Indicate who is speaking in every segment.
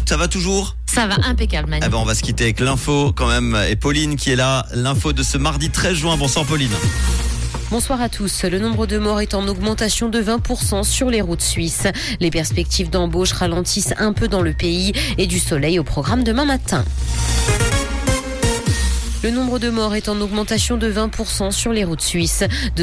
Speaker 1: Ça va toujours ?
Speaker 2: Ça va impeccable, Manu.
Speaker 1: Eh ben, on va se quitter avec l'info quand même. Et Pauline qui est là. L'info de ce mardi 13 juin. Bonsoir Pauline.
Speaker 3: Bonsoir à tous. Le nombre de morts est en augmentation de 20% sur les routes suisses. Les perspectives d'embauche ralentissent un peu dans le pays et du soleil au programme demain matin. Le nombre de morts est en augmentation de 20% sur les routes suisses.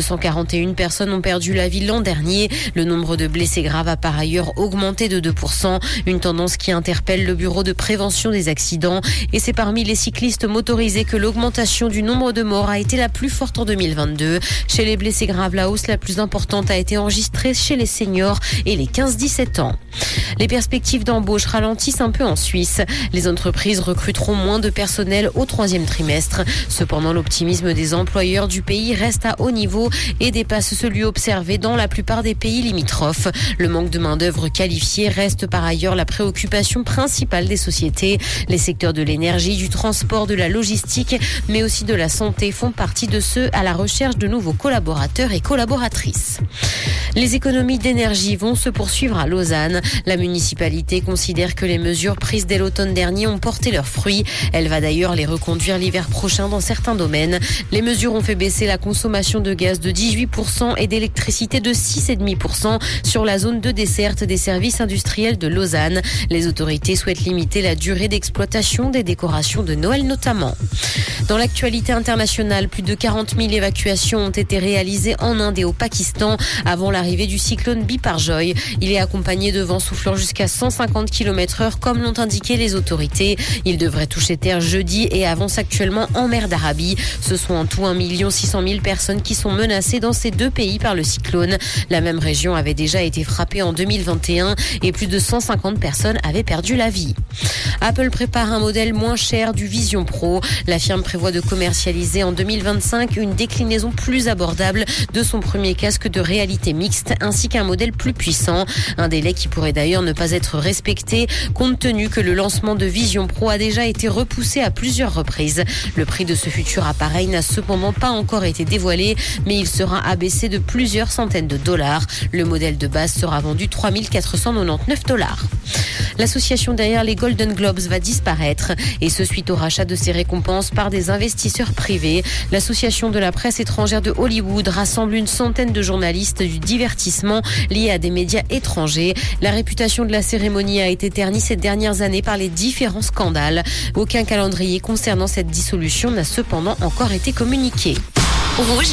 Speaker 3: 241 personnes ont perdu la vie l'an dernier. Le nombre de blessés graves a par ailleurs augmenté de 2%. Une tendance qui interpelle le Bureau de prévention des accidents. Et c'est parmi les cyclistes motorisés que l'augmentation du nombre de morts a été la plus forte en 2022. Chez les blessés graves, la hausse la plus importante a été enregistrée chez les seniors et les 15-17 ans. Les perspectives d'embauche ralentissent un peu en Suisse. Les entreprises recruteront moins de personnel au troisième trimestre. Cependant, l'optimisme des employeurs du pays reste à haut niveau et dépasse celui observé dans la plupart des pays limitrophes. Le manque de main-d'œuvre qualifiée reste par ailleurs la préoccupation principale des sociétés. Les secteurs de l'énergie, du transport, de la logistique, mais aussi de la santé font partie de ceux à la recherche de nouveaux collaborateurs et collaboratrices. Les économies d'énergie vont se poursuivre à Lausanne. La municipalité considère que les mesures prises dès l'automne dernier ont porté leurs fruits. Elle va d'ailleurs les reconduire l'hiver prochain dans certains domaines. Les mesures ont fait baisser la consommation de gaz de 18% et d'électricité de 6,5% sur la zone de desserte des services industriels de Lausanne. Les autorités souhaitent limiter la durée d'exploitation des décorations de Noël notamment. Dans l'actualité internationale, plus de 40 000 évacuations ont été réalisées en Inde et au Pakistan avant l'arrivée du cyclone Biparjoy. Il est accompagné de vents soufflant jusqu'à 150 km/h comme l'ont indiqué les autorités. Il devrait toucher terre jeudi et avance actuellement en mer d'Arabie. Ce sont en tout 1 600 000 personnes qui sont menacées dans ces deux pays par le cyclone. La même région avait déjà été frappée en 2021 et plus de 150 personnes avaient perdu la vie. Apple prépare un modèle moins cher du Vision Pro. La firme prévoit de commercialiser en 2025 une déclinaison plus abordable de son premier casque de réalité mixte ainsi qu'un modèle plus puissant. Un délai qui pourrait d'ailleurs ne pas être respecté compte tenu que le lancement de Vision Pro a déjà été repoussé à plusieurs reprises. Le prix de ce futur appareil n'a cependant pas encore été dévoilé, mais il sera abaissé de plusieurs centaines de dollars. Le modèle de base sera vendu 3 499 $. L'association derrière les Golden Globes va disparaître et ce suite au rachat de ces récompenses par des investisseurs privés. L'association de la presse étrangère de Hollywood rassemble une centaine de journalistes du divertissement liés à des médias étrangers. La réputation de la cérémonie a été ternie ces dernières années par les différents scandales. Aucun calendrier concernant cette dissolution n'a cependant encore été communiqué.
Speaker 2: Rouge.